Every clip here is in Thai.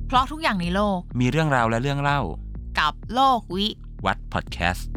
เพราะทุกอย่างในโลกมีเรื่องราวและเรื่องเล่ากับโลกวิวัฒน์พอดแคสต์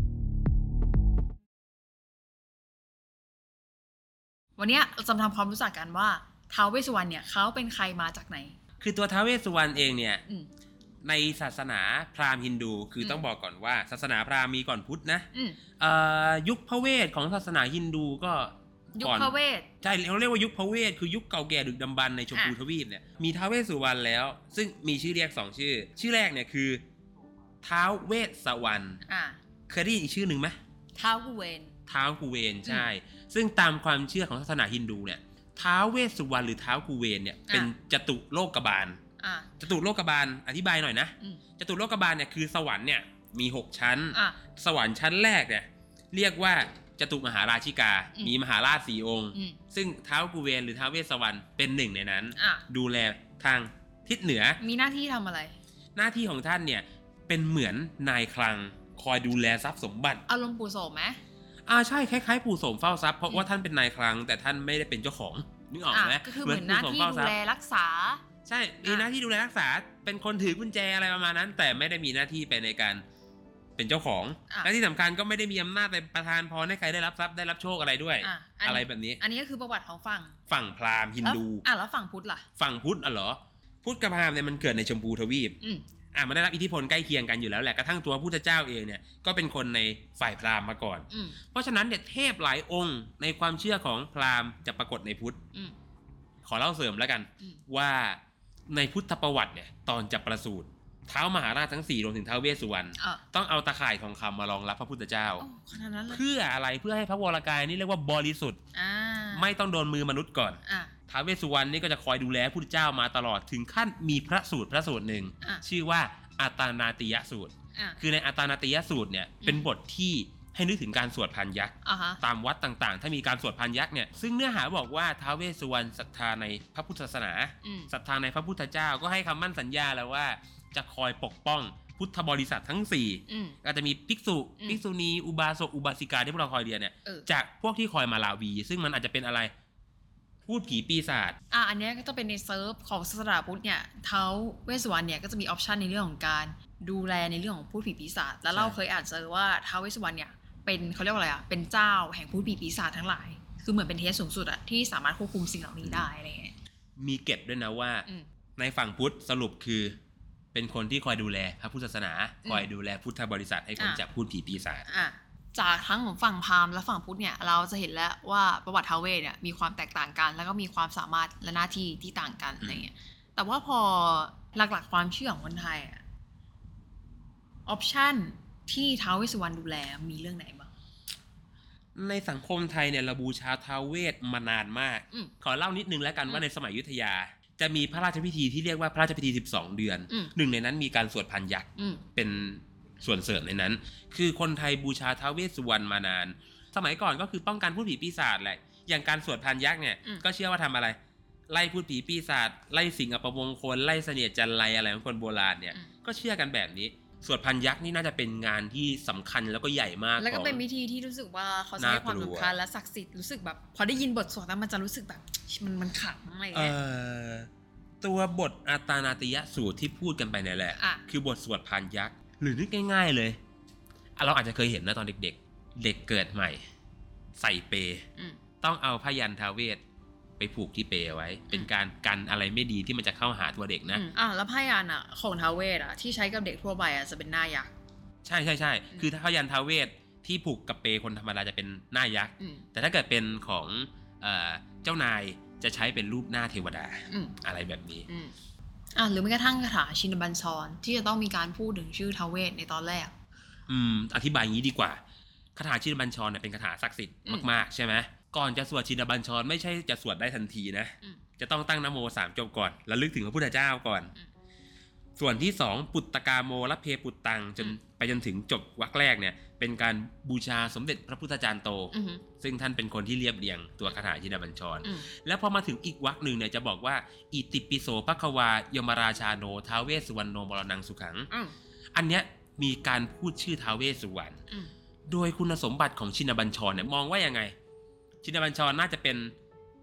วันนี้เราจะทำความรู้จักกันว่าท้าวเวสสุวรรณเนี่ยเขาเป็นใครมาจากไหนคือตัวท้าวเวสสุวรรณเองเนี่ยในศาสนาพราหมณ์ฮินดูคือต้องบอกก่อนว่าศาสนาพราหมณ์มีก่อนพุทธนะยุคพระเวทของศาสนาฮินดูก็ยุคพระเวทใช่เขาเรียกว่ายุคพระเวทคือยุคเก่าแก่ดึกดำบรรพ์ในชมพูทวีปเนี่ยมีท้าวเวสสุวรรณแล้วซึ่งมีชื่อเรียก2ชื่อแรกเนี่ยคือท้าวเวสสุวรรณเคยได้ยินอีกชื่อหนึ่งไหมท้าวกุเวนท้าวกุเวนใช่ซึ่งตามความเชื่อของศาสนาฮินดูเนี่ยท้าวเวสสุวรรณหรือท้าวกุเวนเนี่ยเป็นจตุโลกบาลจตุโลกบาลอธิบายหน่อยนะจตุโลกบาลเนี่ยคือสวรรค์เนี่ยมี6ชั้นสวรรค์ชั้นแรกเนี่ยเรียกว่าจตุมหาราชิกามีมหาราช4องค์ซึ่งท้าวกุเวนหรือท้าวเวสสุวรรณเป็นหนึ่งในนั้นดูแลทางทิศเหนือมีหน้าที่ทำอะไรหน้าที่ของท่านเนี่ยเป็นเหมือนนายคลังคอยดูแลทรัพย์สมบัติอารมณ์ปู่โสมไหมใช่คล้ายๆปู่โสมเฝ้าทรัพย์เพราะว่าท่านเป็นนายคลังแต่ท่านไม่ได้เป็นเจ้าของนึกออกไหมก็คือเหมือนหน้าที่ดูแลรักษาใช่มีหน้าที่ดูแลรักษาเป็นคนถือกุญแจอะไรประมาณนั้นแต่ไม่ได้มีหน้าที่ไปในการเป็นเจ้าของและที่สำคัญก็ไม่ได้มีอำนาจไปประทานพรให้ใครได้รับทรัพย์ได้รับโชคอะไรด้วยอะไรแบบนี้อันนี้ก็คือประวัติของฝั่งพราหมณ์ฮินดูแล้วฝั่งพุทธล่ะฝั่งพุทธเหรอพุทธกับพราหมณ์เนี่ยมันเกิดในชมพูทวีปมันได้รับอิทธิพลใกล้เคียงกันอยู่แล้วแหละกระทั่งตัวพุทธเจ้าเองเนี่ยก็เป็นคนในฝ่ายพราหมณ์มาก่อนเพราะฉะนั้นเนี่ยเทพหลายองค์ในความเชื่อของพราหมณ์จะปรากฏในพุทธขอเล่าเสริมแล้วกันว่าในพุทธประวัติเนี่ยตอนจะประสูติท้าวมหาราชทั้ง4รวมถึงท้าวเวสสุวรรณต้องเอาตะข่ายทองคำมารองรับพระพุทธเจ้าเพื่ออะไรเพื่อให้พระวรกายนี่เรียกว่าบริสุทธิ์ไม่ต้องโดนมือมนุษย์ก่อนท้าวเวสสุวรรณนี่ก็จะคอยดูแลพระพุทธเจ้ามาตลอดถึงขั้นมีพระสูตรหนึ่งชื่อว่าอัตตานาติยสูตรคือในอัตตานาติยสูตรเนี่ยเป็นบทที่ให้นึกถึงการสวดพานยักษ์ตามวัดต่างๆถ้ามีการสวดพานยักษ์เนี่ยซึ่งเนื้อหาบอกว่าท้าวเวสสุวรรณศรัทธาในพระพุทธศาสนาศรัทธาในพระพุทธเจ้าก็ให้คำมั่นสัญญาแล้วว่าจะคอยปกป้องพุทธบริษัททั้ง4ก็จะมีภิกษุณีอุบาสกอุบาสิกาที่พวกเราคอยเรียนเนี่ยจากพวกที่คอยมาลาวีซึ่งมันอาจจะเป็นอะไรพูดผีปีศาจอันนี้ก็จะเป็นในเซิร์ฟของศาสนาพุทธเนี่ยท้าวเวสสุวรรณเนี่ยก็จะมีออปชันในเรื่องของการดูแลในเรื่องของพูดผีปีศาจแล้วเราเคยอ่านเจอว่าท้าวเวสสุวรรณเนี่ยเป็นเขาเรียกว่าอะไรเป็นเจ้าแห่งพูดผีปีศาจทั้งหลายคือเหมือนเป็นเทพสูงสุดที่สามารถควบคุมสิ่งเหล่านี้ได้อะไรเงี้ยมีเก็บด้วยนะว่าในฝั่งพุทธสรุปคือเป็นคนที่คอยดูแลพระพุทธศาสนาคอยดูแลพุทธบริษัทให้คนจากพูดผีปีศาจจากทั้งของฝั่งพราหมณ์และฝั่งพุทธเนี่ยเราจะเห็นแล้วว่าประวัติท้าวเวสเนี่ยมีความแตกต่างกันแล้วก็มีความสามารถและหน้าที่ที่ต่างกันอะไรเงี้ยแต่ว่าพอหลักๆความเชื่อของคนไทยออปชั่นที่ท้าวเวสสุวรรณดูแลมีเรื่องไหนบ้างในสังคมไทยเนี่ยเราบูชาท้าวเวสมานานมากขอเล่านิดนึงแล้วกันว่าในสมัยอยุธยาจะมีพระราชพิธีที่เรียกว่าพระราชพิธี12เดือนหนึ่งในนั้นมีการสวดพานยักษ์เป็นส่วนเสริมในนั้นคือคนไทยบูชาท้าวเวสสุวรรณมานานสมัยก่อนก็คือป้องกันพูดผีปีศาจแหละอย่างการสวดพานยักษ์เนี่ยก็เชื่อว่าทำอะไรไล่พูดผีปีศาจไล่สิ่งอัปมงคลไล่เสนียดจันไรอะไรของคนโบราณเนี่ยก็เชื่อกันแบบนี้สวดพานยักษ์นี่น่าจะเป็นงานที่สำคัญแล้วก็ใหญ่มากแล้วก็เป็นพิธีที่รู้สึกว่าเขาใช้ความสำคัญและศักดิ์สิทธิ์รู้สึกแบบพอได้ยินบทสวดแล้วมันจะรู้สึกแบบมันขลังอะไรเงี้ยตัวบทอัตตานาติยสูตรที่พูดกันไปเนี่ยแหละคือบทสวดพานยักษ์หรือนึกง่ายๆเลยเราอาจจะเคยเห็นนะตอนเด็กๆเด็กเกิดใหม่ใส่เปต้องเอาผ้ายันท้าวเวสไปผูกที่เปไว้เป็นการกันอะไรไม่ดีที่มันจะเข้าหาตัวเด็กนะแล้วผ้ายันของท้าวเวสที่ใช้กับเด็กทั่วไปจะเป็นหน้ายักษ์ใช่คือผ้ายันท้าวเวสที่ผูกกับเปคนธรรมดาจะเป็นหน้ายักษ์แต่ถ้าเกิดเป็นของเจ้านายจะใช้เป็นรูปหน้าเทวดาอะไรแบบนี้หรือแม้กระทั่งคาถาชินบัญชรที่จะต้องมีการพูดถึงชื่อท้าวเวสในตอนแรกอธิบายอย่างนี้ดีกว่าคาถาชินบัญชรเนี่ยเป็นคาถาศักดิ์สิทธิ์มากๆใช่ไหมก่อนจะสวดชินบัญชรไม่ใช่จะสวดได้ทันทีนะจะต้องตั้งนะโม3จบก่อนระลึกถึงพระพุทธเจ้าก่อนส่วนที่2ปุตตกาโมละเพปุตตังจนถึงจบวรรคแรกเนี่ยเป็นการบูชาสมเด็จพระพุทธจารย์โตซึ่งท่านเป็นคนที่เรียบเรียงตัวคาถาชินบัญชรแล้วพอมาถึงอีกวรรคนึงเนี่ยจะบอกว่าอิติปิโสภควายมราชาโนท้าวเวสสุวรรณโนมรณังสุขังอันเนี้ยมีการพูดชื่อท้าวเวสสุวรรณโดยคุณสมบัติของชินบัญชรเนี่ยมองว่ายังไงชินบัญชรน่าจะเป็น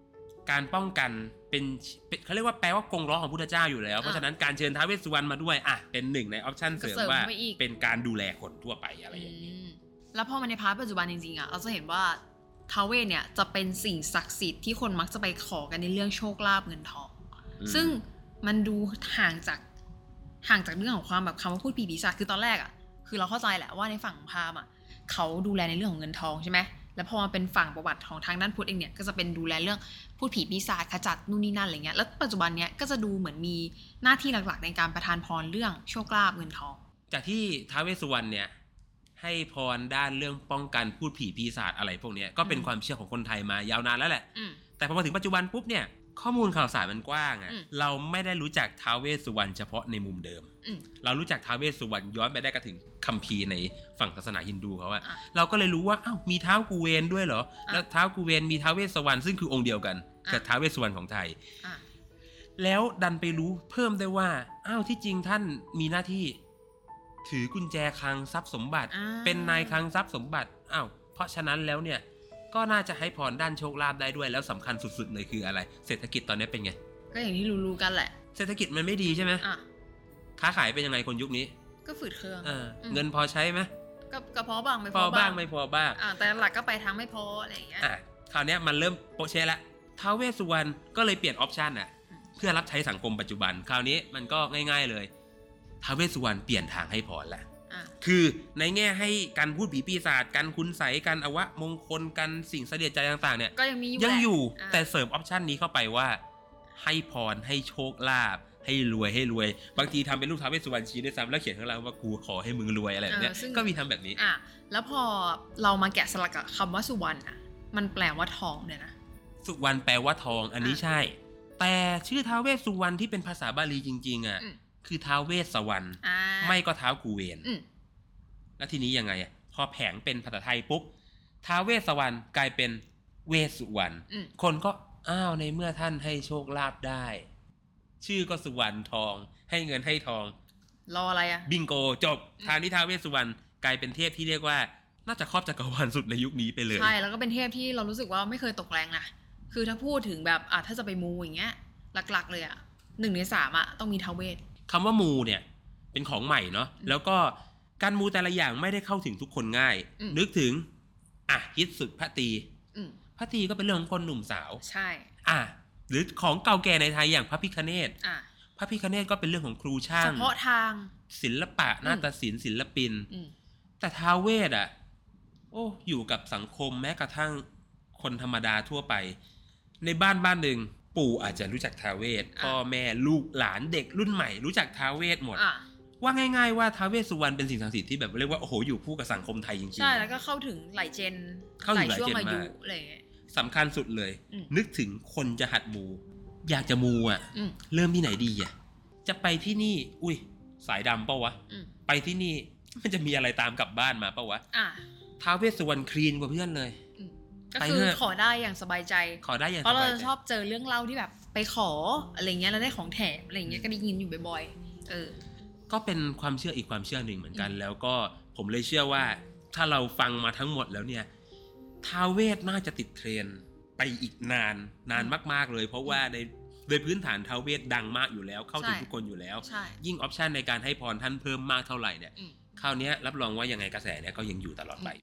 การป้องกันเป็นเขาเรียกว่าแปลว่ากงล้อของพุทธเจ้าอยู่แล้วเพราะฉะนั้นการเชิญท้าวเวสสุวรรณมาด้วยเป็นหนึ่งในออปชั่นเสริมว่าเป็นการดูแลคนทั่วไปอะไรอย่างนี้แล้วพอมาในพาร์ทปัจจุบันจริงๆเราจะเห็นว่าท้าวเวสเนี่ยจะเป็นสิ่งศักดิ์สิทธิ์ที่คนมักจะไปขอกันในเรื่องโชคลาภเงินทองซึ่งมันดูห่างจากเรื่องของความแบบคำว่าพูดผีปีศาจคือตอนแรกคือเราเข้าใจแหละว่าในฝั่งพราหมณ์เขาดูแลในเรื่องของเงินทองใช่ไหมแล้วพอมาเป็นฝั่งประวัติของทางด้านพุทธเองเนี่ยก็จะเป็นดูแลเรื่องพูดผีปีศาจขจัดนู่นนี่นั่นอะไรเงี้ยแล้วปัจจุบันเนี้ยก็จะดูเหมือนมีหน้าที่หลักๆในการประทานพรเรื่องโชคลาภเงินทองจากที่ท้าวเวสสุวรรณเนี่ยให้พรด้านเรื่องป้องกันพูดผีปีศาจอะไรพวกนี้ก็เป็นความเชื่อของคนไทยมายาวนานแล้วแหละแต่พอมาถึงปัจจุบันปุ๊บเนี่ยข้อมูลข่าวสารมันกว้างเราไม่ได้รู้จักท้าวเวสสุวรรณเฉพาะในมุมเดิมเรารู้จักท้าวเวสสุวรรณย้อนไปได้ก็ถึงคัมภีร์ในฝั่งศาสนาฮินดูเขาเราก็เลยรู้ว่าอ้าวมีท้าวกูเวนด้วยเหรอแล้วท้าวกูเวนมีท้าวเวสสุวรรณซึ่งคือองค์เดียวกันกับท้าวเวสสุวรรณของไทยแล้วดันไปรู้เพิ่มได้ว่าอ้าวที่จริงท่านมีหน้าที่ถือกุญแจคลังทรัพย์สมบัติเป็นนายคลังทรัพย์สมบัติอ้าวเพราะฉะนั้นแล้วเนี่ยก็น่าจะให้พรด้านโชคลาภได้ด้วยแล้วสำคัญสุดๆเลยคืออะไรเศรษฐกิจตอนนี้เป็นไงก็อย่างที่รู้ๆกันแหละเศรษฐกิจมันไม่ดีใช่ไหมค้าขายเป็นยังไงคนยุคนี้ก็ฝืดเคืองเงินพอใช้ไหมก็พอบ้างไม่พอบ้างไม่พอบ้างแต่หลักก็ไปทางไม่พออะไรอย่างเงี้ยคราวนี้มันเริ่มโปะเชะละท้าวเวสสุวรรณก็เลยเปลี่ยนออปชันเพื่อรับใช้สังคมปัจจุบันคราวนี้มันก็ง่ายๆเลยท้าวเวสสุวรรณเปลี่ยนทางให้พรละคือในแง่ให้การพูดผีปีศาจการคุณไสการอวะมงคลกันสิ่งเสด็จใจต่างๆเนี่ยก็ยังอยู่แต่เสริมออปชันนี้เข้าไปว่าให้พรให้โชคลาภให้รวยบางทีทำเป็นรูปท้าวเวสสุวรรณชี้ด้วยซ้ำแล้วเขียนข้างล่างว่ากูขอให้มึงรวยอะไรแบบนี้ก็มีทำแบบนี้แล้วพอเรามาแกะสลักคำว่าสุวรรณมันแปลว่าทองเนี่ยนะสุวรรณแปลว่าทองอันนี้ใช่แต่ชื่อท้าวเวสสุวรรณที่เป็นภาษาบาลีจริงๆคือท้าวเวสสวรรณไม่ก็ท้าวกูเวนแล้วทีนี้ยังไงพอแผงเป็นภาษาไทยปุ๊บท้าวเวสสวรรณกลายเป็นเวสสุวรรณคนก็อ้าวในเมื่อท่านให้โชคลาภได้ชื่อก็สุวรรณทองให้เงินให้ทองรออะไรบิงโกจบทางนี้ท้าวเวสสุวรรณกลายเป็นเทพที่เรียกว่าน่าจะครอบจักรวาลสุดในยุคนี้ไปเลยใช่แล้วก็เป็นเทพที่เรารู้สึกว่าไม่เคยตกแรงนะคือถ้าพูดถึงแบบถ้าจะไปมูอย่างเงี้ยหลักๆเลย1 ใน 3ต้องมีท้าวเวสคำว่ามูเนี่ยเป็นของใหม่เนาะแล้วก็การมูแต่ละอย่างไม่ได้เข้าถึงทุกคนง่ายนึกถึงฮิตสุดพระตรีพระตรีก็เป็นเรื่องของคนหนุ่มสาวใช่หรือของเก่าแก่ในไทยอย่างพระพิฆเนศพระพิฆเนศก็เป็นเรื่องของครูช่างเฉพาะทางศิลปะนาฏศิลป์ศิลปินแต่ท้าวเวสอยู่กับสังคมแม้กระทั่งคนธรรมดาทั่วไปในบ้านหนึ่งปู่อาจจะรู้จักท้าวเวสพ่อแม่ลูกหลานเด็กรุ่นใหม่รู้จักท้าวเวสหมดว่าง่ายๆว่าท้าวเวสสุวรรณเป็นสิ่งศักดิ์สิทธิ์ที่แบบเรียกว่าโอ้โหอยู่คู่กับสังคมไทยจริงๆใช่แล้วก็เข้าถึงหลายเจนหลายช่วงอายุอะไรอย่างเงี้ยสำคัญสุดเลยนึกถึงคนจะหัดมูอยากจะมูเริ่มที่ไหนดีจะไปที่นี่อุ้ยสายดำเปล่าวะไปที่นี่มันจะมีอะไรตามกลับบ้านมาเปล่าวะท้าวเวสสุวรรณคลีนกว่าเพื่อนเลยก็คือขอได้อย่างสบายใจขอได้อย่างเพราะเราชอบเจอเรื่องเล่าที่แบบไปขออะไรเงี้ยแล้วได้ของแถมอะไรเงี้ยก็ได้ยินอยู่บ่อยๆก็เป็นความเชื่ออีกความเชื่อหนึ่งเหมือนกันแล้วก็ผมเลยเชื่อว่าถ้าเราฟังมาทั้งหมดแล้วเนี่ยท้าวเวสน่าจะติดเทรนด์ไปอีกนานมากๆเลยเพราะว่าโดยพื้นฐานท้าวเวสดังมากอยู่แล้วเข้าถึงทุกคนอยู่แล้วยิ่งออปชันในการให้พรท่านเพิ่มมากเท่าไหร่เนี่ยคราวนี้รับรองว่ายังไงกระแสเนี่ยก็ยังอยู่ตลอดไป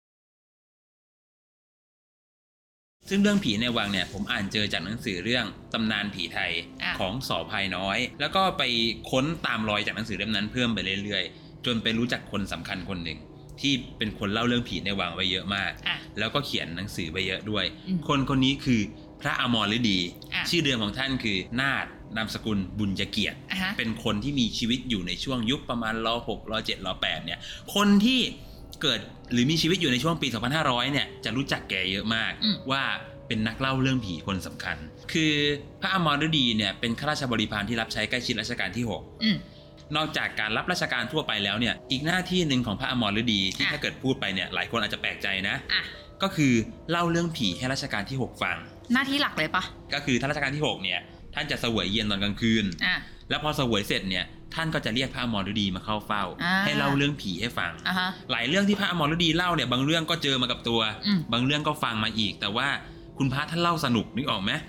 ซึ่งเรื่องผีในวังเนี่ยผมอ่านเจอจากหนังสือเรื่องตำนานผีไทยของส.ภายน้อยแล้วก็ไปค้นตามรอยจากหนังสือเล่มนั้นเพิ่มไปเรื่อยๆจนไปรู้จักคนสำคัญคนหนึ่งที่เป็นคนเล่าเรื่องผีในวังไว้เยอะมากแล้วก็เขียนหนังสือไว้เยอะด้วยคนนี้คือพระอมรฤดีชื่อเดิมของท่านคือนาถนามสกุลบุญเกียรติเป็นคนที่มีชีวิตอยู่ในช่วงยุคประมาณร.6 ร.7 ร.8 เนี่ยคนที่เกิดหรือมีชีวิตอยู่ในช่วงปี 2500 เนี่ยจะรู้จักแกเยอะมากว่าเป็นนักเล่าเรื่องผีคนสำคัญคือพระอมรฤดีเนี่ยเป็นข้าราชบริพารที่รับใช้ใกล้ชิดรัชกาลที่ 6นอกจากการรับราชการทั่วไปแล้วเนี่ยอีกหน้าที่หนึ่งของพระอมรฤดีที่ถ้าเกิดพูดไปเนี่ยหลายคนอาจจะแปลกใจนะก็คือเล่าเรื่องผีให้รัชกาลที่ 6 ฟังหน้าที่หลักเลยปะก็คือท่านรัชกาลที่ 6เนี่ยท่านจะเสวยเย็นตอนกลางคืนแล้วพอเสวยเสร็จเนี่ยท่านก็จะเรียกพระอมรฤดีมาเข้าเฝ้าให้เล่าเรื่องผีให้ฟังหลายเรื่องที่พระอมรฤดีเล่าเนี่ยบางเรื่องก็เจอมากับตัวบางเรื่องก็ฟังมาอีกแต่ว่าคุณพระท่านเล่าสนุกนึกออกไหม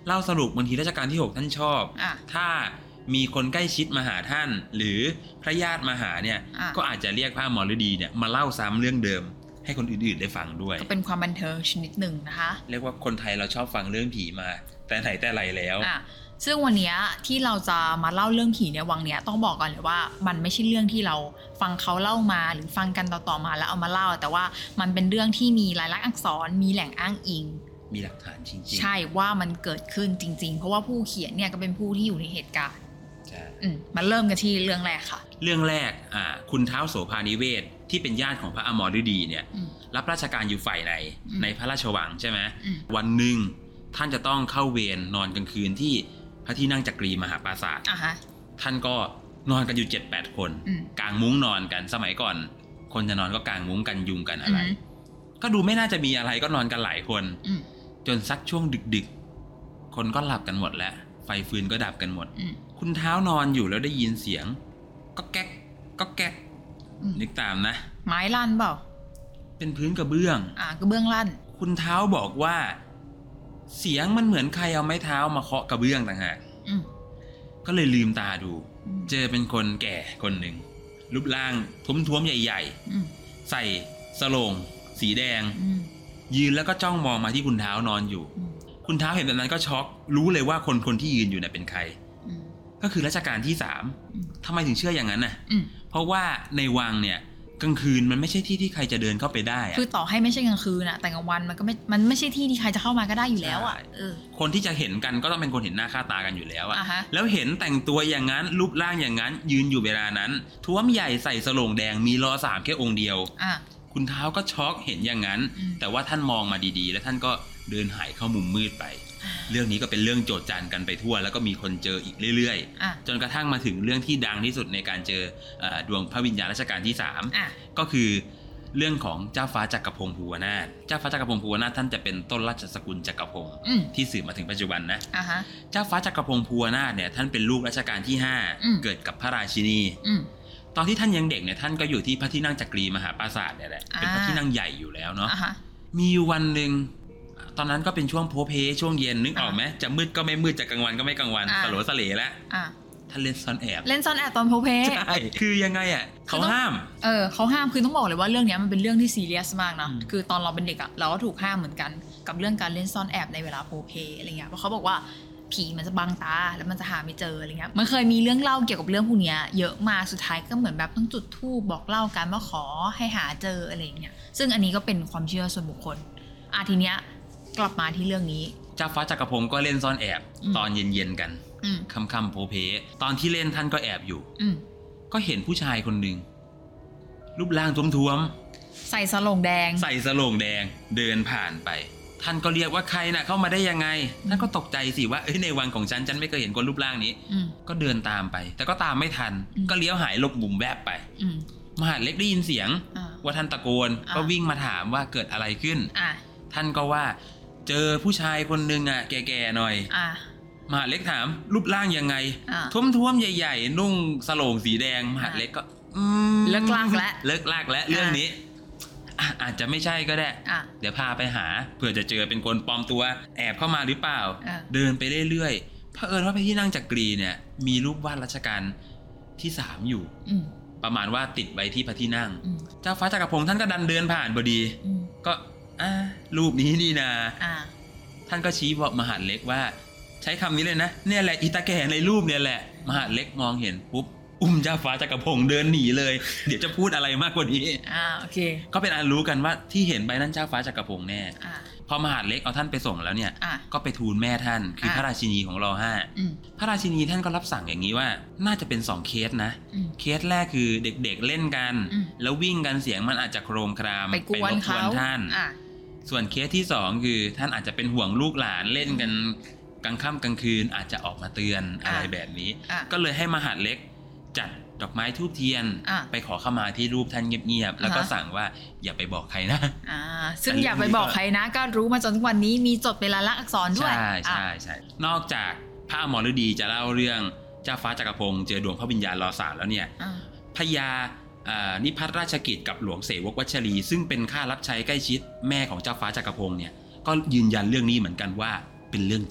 เล่าสรุปบางทีรัชกาลที่6ท่านชอบถ้ามีคนใกล้ชิดมาหาท่านหรือพระญาติมาหาเนี่ยก็อาจจะเรียกพระอมรฤดีเนี่ยมาเล่าซ้ำเรื่องเดิมให้คนอื่นๆได้ฟังด้วยก็เป็นความบันเทิงชนิดหนึ่งนะคะเรียกว่าคนไทยเราชอบฟังเรื่องผีมาแต่ไหนแต่ไรแล้วซึ่งวันนี้ที่เราจะมาเล่าเรื่องผีในวังเนี้ยต้องบอกก่อนเลยว่ามันไม่ใช่เรื่องที่เราฟังเขาเล่ามาหรือฟังกันต่อๆมาแล้วเอามาเล่าแต่ว่ามันเป็นเรื่องที่มีลายลักษณ์อักษรมีแหล่งอ้างอิงมีหลักฐานจริงๆใช่ว่ามันเกิดขึ้นจริงๆเพราะว่าผู้เขียนเนี่ยก็เป็นผู้ที่อยู่ในเหตุการณ์มาเริ่มกันที่เรื่องแรกค่ะเรื่องแรกคุณท้าวโสภานิเวศที่เป็นญาติของพระอมรฤดีเนี่ยรับราชการอยู่ฝ่ายในพระราชวังใช่ไหมวันหนึ่งท่านจะต้องเข้าเวรนอนกลางคืนที่พระที่นั่งจักรีมหาปราสาทท่านก็นอนกันอยู่ 7-8 คนกางมุ้งนอนกันสมัยก่อนคนจะนอนก็กางมุ้งกันยุงกันอะไรก็ดูไม่น่าจะมีอะไรก็นอนกันหลายคนจนสักช่วงดึกๆคนก็หลับกันหมดแล้วไฟฟืนก็ดับกันหมดคุณเท้านอนอยู่แล้วได้ยินเสียงก็แก๊กก็แก๊กนึกตามนะไม้ลั่นเปล่าเป็นพื้นกระเบื้องกระเบื้องลั่นคุณเท้าบอกว่าเสียงมันเหมือนใครเอาไม้เท้ามาเคาะกระเบื้องต่างหากก็เลยลืมตาดูเจอเป็นคนแก่คนหนึ่งรูปร่างท้วมๆใหญ่ๆใส่สโลงสีแดงยืนแล้วก็จ้องมองมาที่คุณเท้านอนอยู่คุณเท้าเห็นแบบนั้นก็ช็อกรู้เลยว่าคนที่ยืนอยู่เนี่ยเป็นใครก็คือรัชกาลที่3ทำไมถึงเชื่ออย่างนั้นน่ะเพราะว่าในวังเนี่ยกลางคืนมันไม่ใช่ที่ใครจะเดินเข้าไปได้คือต่อให้ไม่ใช่กลางคืนนะแต่กลางวันมันไม่ใช่ที่ใครจะเข้ามาก็ได้อยู่แล้วอ่ะคนที่จะเห็นกันก็ต้องเป็นคนเห็นหน้าค่าตากันอยู่แล้วอ่ะแล้วเห็นแต่งตัวอย่างนั้นรูปร่างอย่างนั้นยืนอยู่เวลานั้นท้วมใหญ่ใส่สโลงแดงมีล้อ3แค่องค์เดียวคุณเท้าก็ช็อกเห็นอย่างนั้นแต่ว่าท่านมองมาดีๆแล้วท่านก็เดินหายเข้ามุมมืดไปเรื่องนี้ก็เป็นเรื่องโจษจันกันไปทั่วแล้วก็มีคนเจออีกเรื่อยๆจนกระทั่งมาถึงเรื่องที่ดังที่สุดในการเจอดวงพระวิญญาณรัชกาลที่3ก็คือเรื่องของเจ้าฟ้าจักรพงศ์ภูวนาถเจ้าฟ้าจักรพงศ์ภูวนาถท่านจะเป็นต้นราชสกุลจักรพงศ์ที่สืบมาถึงปัจจุบันนะเจ้าฟ้าจักรพงศ์ภูวนาถเนี่ยท่านเป็นลูกรัชกาลที่5เกิดกับพระราชินีตอนที่ท่านยังเด็กเนี่ยท่านก็อยู่ที่พระที่นั่งจักรีมหาปราสาทเนี่ยแหละเป็นพระที่นั่งใหญ่อยู่แล้วเนาะมีวันหนึ่งตอนนั้นก็เป็นช่วงโพเพช่วงเย็นนึกออกไหมจะมืดก็ไม่มืดจะกลางวันก็ไม่กลางวันสลัวสะเหล่แล้วท่านเล่นซ่อนแอบตอนโพเพใช่คือยังไงอ่ะเขาห้ามเขาห้ามคือต้องบอกเลยว่าเรื่องนี้มันเป็นเรื่องที่ซีเรียสมากนะคือตอนเราเป็นเด็กอ่ะเราก็ถูกห้ามเหมือนกันกับเรื่องการเล่นซ่อนแอบในเวลาโพเพอะไรเงี้ยเพราะเขาบอกว่าผีมันจะบังตาแล้วมันจะหาไม่เจออะไรเงี้ยมันเคยมีเรื่องเล่าเกี่ยวกับเรื่องพวกนี้เยอะมากสุดท้ายก็เหมือนแบบต้องจุดธูปบอกเล่ากันว่าขอให้หาเจออะไรเงี้ยซึ่งอันนี้ก็เป็นความเชื่อส่วนบุคคลทีเนี้ยกลับมาที่เรื่องนี้เจ้าฟ้าจักรพงศ์ก็เล่นซ่อนแอบตอนเย็นๆกันค่ำๆโพเพตอนที่เล่นท่านก็แอบอยู่ก็เห็นผู้ชายคนหนึ่งรูปร่างท้วมๆใส่สโลงแดงเดินผ่านไปท่านก็เรียกว่าใครน่ะเข้ามาได้ยังไงท่านก็ตกใจสิว่าในวังของฉันไม่เคยเห็นคนรูปร่างนี้ก็เดินตามไปแต่ก็ตามไม่ทันก็เลี้ยวหายหลบมุมแวบไปมหาดเล็กได้ยินเสียงว่าท่านตะโกนก็วิ่งมาถามว่าเกิดอะไรขึ้นท่านก็ว่าเจอผู้ชายคนนึงแก่ๆหน่อยมหาดเล็กถามรูปร่างยังไงท้วมๆใหญ่ๆนุ่งสโลงสีแดงมหาดเล็กก็เลิกลากแล้วเรื่องนี้อาจจะไม่ใช่ก็ได้เดี๋ยวพาไปหาเผื่อจะเจอเป็นคนปลอมตัวแอบเข้ามาหรือเปล่าเดินไปเรื่อยๆเผอิญว่าพระที่นั่งจักรีเนี่ยมีรูปวาดรัชกาลที่3อยู่ประมาณว่าติดไว้ที่พระที่นั่งเจ้าฟ้าจักรพงศ์ท่านก็ดันเดินผ่านพอดีก็รูปนี้นี่นะท่านก็ชี้บอกมหาดเล็กว่าใช้คำนี้เลยนะเนี่ยแหละอีตาแก่ในรูปเนี่ยแหละมหาดเล็กมองเห็นปุ๊บเจ้าฟ้าจักรพงศ์เดินหนีเลยเดี๋ยวจะพูดอะไรมากกว่านี้โอเคก็เป็นอันรู้กันว่าที่เห็นใบนั้นเจ้าฟ้าจักรพงศ์แน่พอมหาดเล็กเอาท่านไปส่งแล้วเนี่ยก็ไปทูลแม่ท่านคือพระราชินีของร.5พระราชินีท่านก็รับสั่งอย่างนี้ว่าน่าจะเป็น2เคสนะเคสแรกคือเด็กๆเล่นกันแล้ววิ่งกันเสียงมันอาจจะโครมครามไปรบกวนท่านส่วนเคสที่2คือท่านอาจจะเป็นห่วงลูกหลานเล่นกันกลางค่ำกลางคืนอาจจะออกมาเตือนอะไรแบบนี้ก็เลยให้มหาดเล็กจัดดอกไม้ธูปเทียนไปขอเข้ามาที่รูปท่านเงียบๆแล้วก็สั่งว่าอย่าไปบอกใครนะซึ่งอย่าไปบอกใครนะก็รู้มาจนทุกวันนี้มีจดเป็นลายลักษณ์อักษรด้วยใช่นอกจากพระอมรฤดีจะเล่าเรื่องเจ้าฟ้าจักรพงศ์เจอดวงพระวิญญาณร.3แล้วเนี่ยพญานิพัทรราชกิจกับหลวงเสวกวัชรีซึ่งเป็นข้ารับใช้ใกล้ชิดแม่ของเจ้าฟ้าจักรพงศ์เนี่ยก็ยืนยันเรื่องนี้เหมือนกันว่าเป็นเรื่องจริง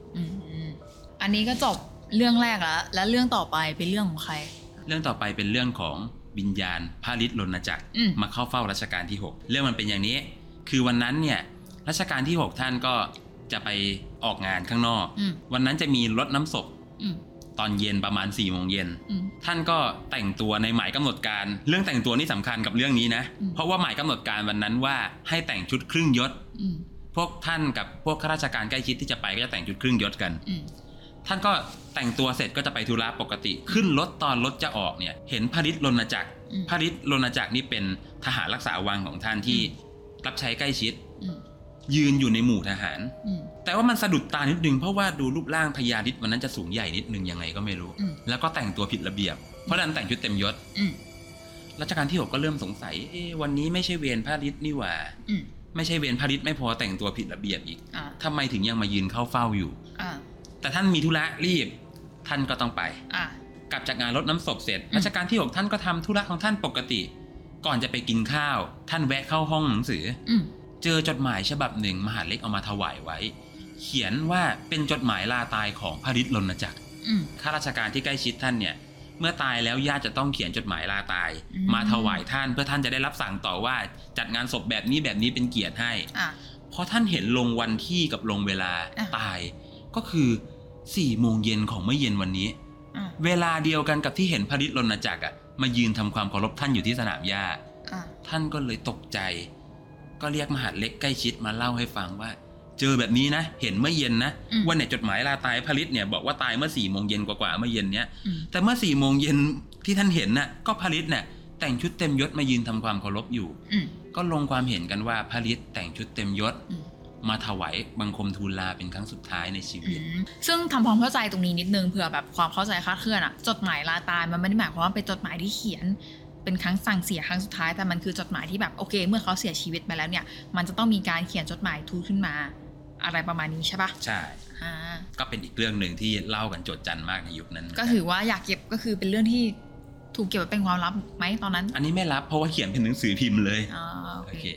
อันนี้ก็จบเรื่องแรกแล้วเรื่องต่อไปเป็นเรื่องของใครเรื่องต่อไปเป็นเรื่องของวิญญาณพระฤทธิ์รณจักรมาเข้าเฝ้ารัชกาลที่6เรื่องมันเป็นอย่างนี้คือวันนั้นเนี่ยรัชกาลที่6ท่านก็จะไปออกงานข้างนอกวันนั้นจะมีรดน้ำศพตอนเย็นประมาณ4 โมงเย็นท่านก็แต่งตัวในหมายกำหนดการเรื่องแต่งตัวนี่สำคัญกับเรื่องนี้นะเพราะว่าหมายกำหนดการวันนั้นว่าให้แต่งชุดครึ่งยศพวกท่านกับพวกข้าราชการใกล้ชิดที่จะไปก็จะแต่งชุดครึ่งยศกันท่านก็แต่งตัวเสร็จก็จะไปธุระปกติขึ้นรถตอนรถจะออกเนี่ยเห็นพระฤทธิ์รณจักรพระฤทธิ์รณจักรนี่เป็นทหารรักษาวังของท่านที่รับใช้ใกล้ชิดยืนอยู่ในหมู่ทหารแต่ว่ามันสะดุดตานิดนึงเพราะว่าดูรูปร่างพญาฤทธิ์วันนั้นจะสูงใหญ่นิดนึงยังไงก็ไม่รู้แล้วก็แต่งตัวผิดระเบียบเพราะนั้นแต่งชุดเต็มยศรัชกาลที่6ก็เริ่มสงสัยวันนี้ไม่ใช่เวรพระฤทธิ์นี่หว่าไม่ใช่เวรพระฤทธิ์ไม่พอแต่งตัวผิดระเบียบอีกทำไมถึงยังมายืนเข้าเฝ้าอยู่แต่ท่านมีธุระรีบท่านก็ต้องไปกลับจากงานรดน้ำศพเสร็จรัชกาลที่6ท่านก็ทำธุระของท่านปกติก่อนจะไปกินข้าวท่านแวะเข้าห้องหนังสือเจอจดหมายฉบับหนึ่งมหาดเล็กเอามาถวายไว้เขียนว่าเป็นจดหมายลาตายของพระฤทธิ์รณจักรข้าราชการที่ใกล้ชิดท่านเนี่ยเมื่อตายแล้วญาติจะต้องเขียนจดหมายลาตายมาถวายท่านเพื่อท่านจะได้รับสั่งต่อว่าจัดงานศพแบบนี้เป็นเกียรติให้เพราะท่านเห็นลงวันที่กับลงเวลาตายก็คือ4 โมงเย็นของเมื่อเย็นวันนี้เวลาเดียวกันกับที่เห็นพระฤทธิ์รณจักรมายืนทำความเคารพท่านอยู่ที่สนามหญ้าท่านก็เลยตกใจก็เรียกมหาดเล็กใกล้ชิดมาเล่าให้ฟังว่าเจอแบบนี้นะเห็นเมื่อเย็นนะวันเนี่ยจดหมายลาตายพระฤทธิ์เนี่ยบอกว่าตายเมื่อ4 โมงเย็นกว่าเมื่อเย็นเนี้ยแต่เมื่อ4 โมงเย็นที่ท่านเห็นน่ะก็พระฤทธิ์เนี่ยแต่งชุดเต็มยศมายืนทำความเคารพอยู่ก็ลงความเห็นกันว่าพระฤทธิ์แต่งชุดเต็มยศมาถวายบังคมทูลลาเป็นครั้งสุดท้ายในชีวิตซึ่งทำความเข้าใจตรงนี้นิดนึงเผื่อแบบความเข้าใจคลาดเคลื่อนจดหมายลาตายมันไม่ได้หมายความว่าเป็นจดหมายที่เขียนเป็นครั้งสั่งเสียครั้งสุดท้ายแต่มันคือจดหมายที่แบบโอเคเมื่อเขาเสียชีวิตไปแล้วเนี่ยมันจะต้องมีการเขียนจดหมายทูลขึ้นมาอะไรประมาณนี้ใช่ปะใช่ก็เป็นอีกเรื่องหนึ่งที่เล่ากันโจษจันมากในยุคนั้นก็ถือว่าอยากเก็บก็คือเป็นเรื่องที่ถูกเก็บไว้เป็นความลับไหมตอนนั้นอันนี้ไม่ลับเพราะว่าเขียนเป็นหนังสือพิมพ์เลยโอเค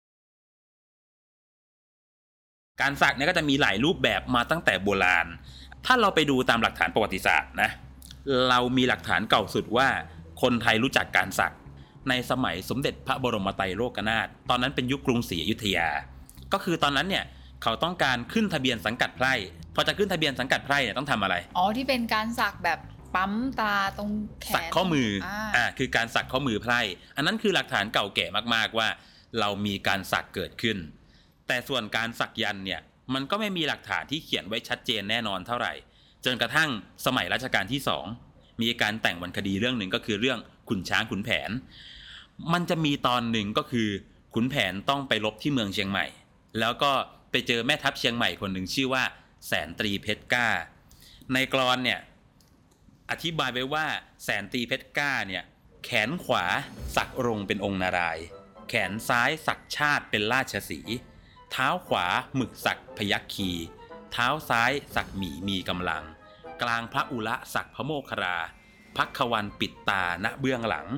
การสักเนี่ยก็จะมีหลายรูปแบบมาตั้งแต่โบราณถ้าเราไปดูตามหลักฐานประวัติศาสตร์นะเรามีหลักฐานเก่าสุดว่าคนไทยรู้จักการสักในสมัยสมเด็จพระบรมไตรโลกนาถตอนนั้นเป็นยุคกรุงศรีอยุธยาก็คือตอนนั้นเนี่ยเขาต้องการขึ้นทะเบียนสังกัดไพร่พอจะขึ้นทะเบียนสังกัดไพร่เนี่ยต้องทำอะไรที่เป็นการสักแบบปั๊มตาตรงแขนสักข้อมือคือการสักข้อมือไพร่อันนั้นคือหลักฐานเก่าแก่มากๆว่าเรามีการสักเกิดขึ้นแต่ส่วนการสักยันต์เนี่ยมันก็ไม่มีหลักฐานที่เขียนไว้ชัดเจนแน่นอนเท่าไหร่จนกระทั่งสมัยรัชกาลที่2มีการแต่งวรรณคดีเรื่องหนึ่งก็คือเรื่องขุนช้างขุนแผนมันจะมีตอนหนึ่งก็คือขุนแผนต้องไปรบที่เมืองเชียงใหม่แล้วก็ไปเจอแม่ทัพเชียงใหม่คนหนึ่งชื่อว่าแสนตรีเพชรกล้าในกลอนเนี่ยอธิบายไว้ว่าแสนตรีเพชรกล้าเนี่ยแขนขวาสักรงเป็นองค์นารายณ์แขนซ้ายสักชาติเป็นราชสีห์เท้าขวาหมึกสักพยัคคี เท้าซ้ายสักหมีมีกำลังกลางพระอุระสักพระโมคคาราพักขวันปิดตาณเบื้องหลัง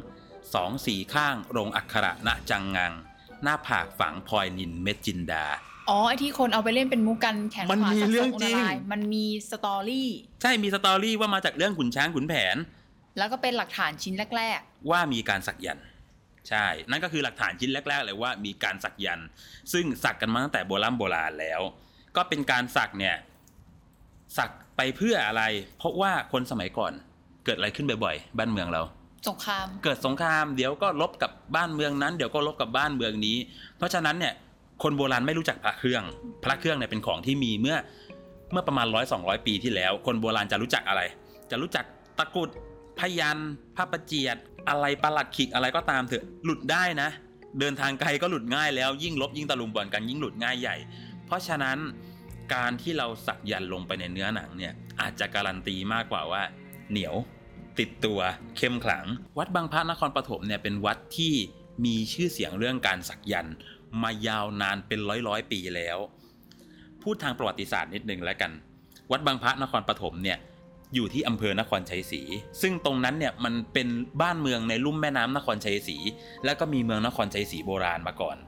2 สีข้างลงอักขระณจังงังหน้าผากฝังพลอยนินเม็ดจินดาไอ้ที่คนเอาไปเล่นเป็นมุกกันแข่งมันมีเรื่องจริงมันมีสตอรี่ใช่มีสตอรี่ว่ามาจากเรื่องขุนช้างขุนแผนแล้วก็เป็นหลักฐานชิ้นแรกๆว่ามีการสักยันต์ใช่นั่นก็คือหลักฐานชิ้นแรกๆเลยว่ามีการสักยันต์ซึ่งสักกันมาตั้งแต่โบราณแล้วก็เป็นการสักเนี่ยสักไปเพื่ออะไรเพราะว่าคนสมัยก่อนเกิดอะไรขึ้นบ่อยๆบ้านเมืองเราสงครามเกิดสงครามเดี๋ยวก็ลบกับบ้านเมืองนั้นเดี๋ยวก็ลบกับบ้านเมืองนี้เพราะฉะนั้นเนี่ยคนโบราณไม่รู้จักพระเครื่องเนี่ยเป็นของที่มีเมื่อประมาณ 100-200 ปีที่แล้วคนโบราณจะรู้จักอะไรจะรู้จักตะกรุดพยัญชนะพระประเจียดอะไรประหลัดขิกอะไรก็ตามเถอะหลุดได้นะเดินทางไกลก็หลุดง่ายแล้วยิ่งลบยิ่งตะลุมบอลกันยิ่งหลุดง่ายใหญ่เพราะฉะนั้นการที่เราสักยันต์ลงไปในเนื้อหนังเนี่ยอาจจะการันตีมากกว่าว่าเหนียวติดตัวเข้มขลังวัดบางพระนครปฐมเนี่ยเป็นวัดที่มีชื่อเสียงเรื่องการสักยันต์มายาวนานเป็นร้อยปีแล้วพูดทางประวัติศาสตร์นิดนึงแล้วกันวัดบางพระนครปฐมเนี่ยอยู่ที่อำเภอนครชัยศรีซึ่งตรงนั้นเนี่ยมันเป็นบ้านเมืองในลุ่มแม่น้ำนครชัยศรีแล้วก็มีเมืองนครชัยศรีโบราณมาก่อน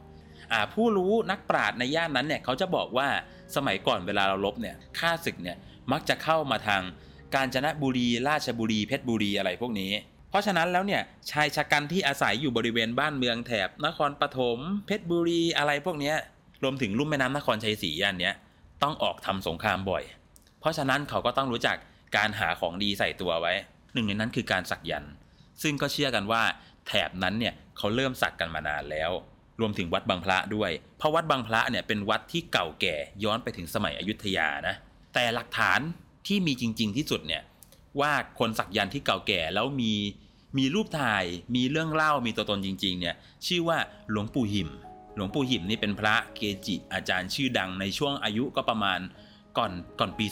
ผู้รู้นักปราชญ์ในย่านนั้นเนี่ยเขาจะบอกว่าสมัยก่อนเวลาเรารบเนี่ยข้าศึกเนี่ยมักจะเข้ามาทางกาญจนบุรีราชบุรีเพชรบุรีอะไรพวกนี้เพราะฉะนั้นแล้วเนี่ยชายชะกันที่อาศัยอยู่บริเวณบ้านเมืองแถบนครปฐมเพชรบุรีอะไรพวกนี้รวมถึงลุ่มแม่น้ำนครชัยศรีย่านเนี้ยต้องออกทำสงครามบ่อยเพราะฉะนั้นเขาก็ต้องรู้จักการหาของดีใส่ตัวไว้หนึ่งในนั้นคือการสักยันต์ซึ่งก็เชื่อกันว่าแถบนั้นเนี่ยเขาเริ่มสักกันมานานแล้วรวมถึงวัดบางพระด้วยเพราะวัดบางพระเนี่ยเป็นวัดที่เก่าแก่ย้อนไปถึงสมัยอยุธยานะแต่หลักฐานที่มีจริงๆที่สุดเนี่ยว่าคนสักยันต์ที่เก่าแก่แล้วมีรูปถ่ายมีเรื่องเล่ามีตัวตนจริงๆเนี่ยชื่อว่าหลวงปู่หิมหลวงปู่หิมนี่เป็นพระเกจิอาจารย์ชื่อดังในช่วงอายุก็ประมาณก่อนปี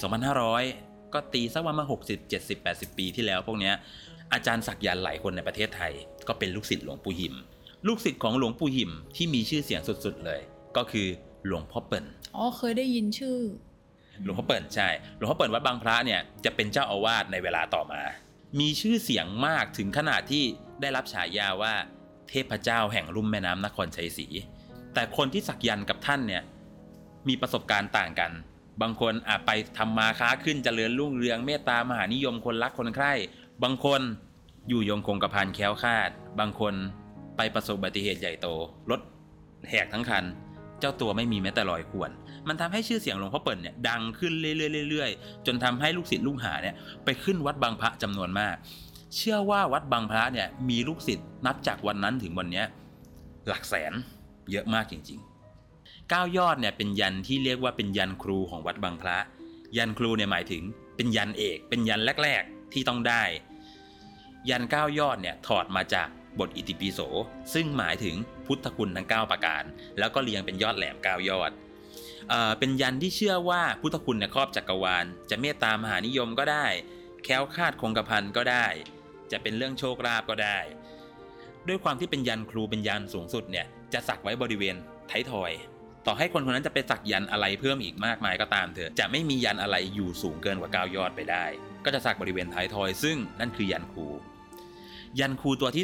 2500 ก็ตีสักประมาณ60 70 80 ปีที่แล้วพวกเนี้ยอาจารย์สักยันต์หลายคนในประเทศไทยก็เป็นลูกศิษย์หลวงปู่หิมลูกศิษย์ของหลวงปู่หิมที่มีชื่อเสียงสุดๆเลยก็คือหลวงพ่อเปิ่นเคยได้ยินชื่อหลวงพ่อเปิ่นใช่หลวงพ่อเปิ่นวัดบางพระเนี่ยจะเป็นเจ้าอาวาสในเวลาต่อมามีชื่อเสียงมากถึงขนาดที่ได้รับฉายาว่าเทพเจ้าแห่งลุ่มแม่น้ำนครชัยศรีแต่คนที่สักยันต์กับท่านเนี่ยมีประสบการณ์ต่างกันบางคนไปทำมาค้าขึ้นเจริญรุ่งเรืองเมตตามหานิยมคนรักคนใคร่บางคนอยู่ยงคงกระพันแคล้วคลาดบางคนไปประสบอุบัติเหตุใหญ่โตรถแหกทั้งคันเจ้าตัวไม่มีแม้แต่รอยข่วนมันทำให้ชื่อเสียงหลวงพ่อเปิ่นเนี่ยดังขึ้นเรื่อยๆจนทำให้ลูกศิษย์ลูกหาเนี่ยไปขึ้นวัดบางพระจำนวนมากเชื่อว่าวัดบางพระเนี่ยมีลูกศิษย์นับจากวันนั้นถึงวันนี้หลักแสนเยอะมากจริงๆ9ยอดเนี่ยเป็นยันที่เรียกว่าเป็นยันครูของวัดบางพระยันครูเนี่ยหมายถึงเป็นยันเอกเป็นยันแรกๆที่ต้องได้ยัน9ยอดเนี่ยถอดมาจากบทอิติปิโสซึ่งหมายถึงพุทธคุณทั้ง9ประการแล้วก็เรียงเป็นยอดแหลม9ยอดเป็นยันที่เชื่อว่าพุทธคุณเนี่ยครอบจักรวาลจะเมตตามหานิยมก็ได้แคล้วคลาดคงกระพันก็ได้จะเป็นเรื่องโชคลาภก็ได้ด้วยความที่เป็นยันครูเป็นยันสูงสุดเนี่ยจะสักไว้บริเวณท้ายทอยต่อให้คนคนนั้นจะไปสักยันอะไรเพิ่มอีกมากมายก็ตามเถอะจะไม่มียันอะไรอยู่สูงเกินกว่า9ยอดไปได้ก็จะสักบริเวณท้ายทอยซึ่งนั่นคือยันครูยันครูตัวที่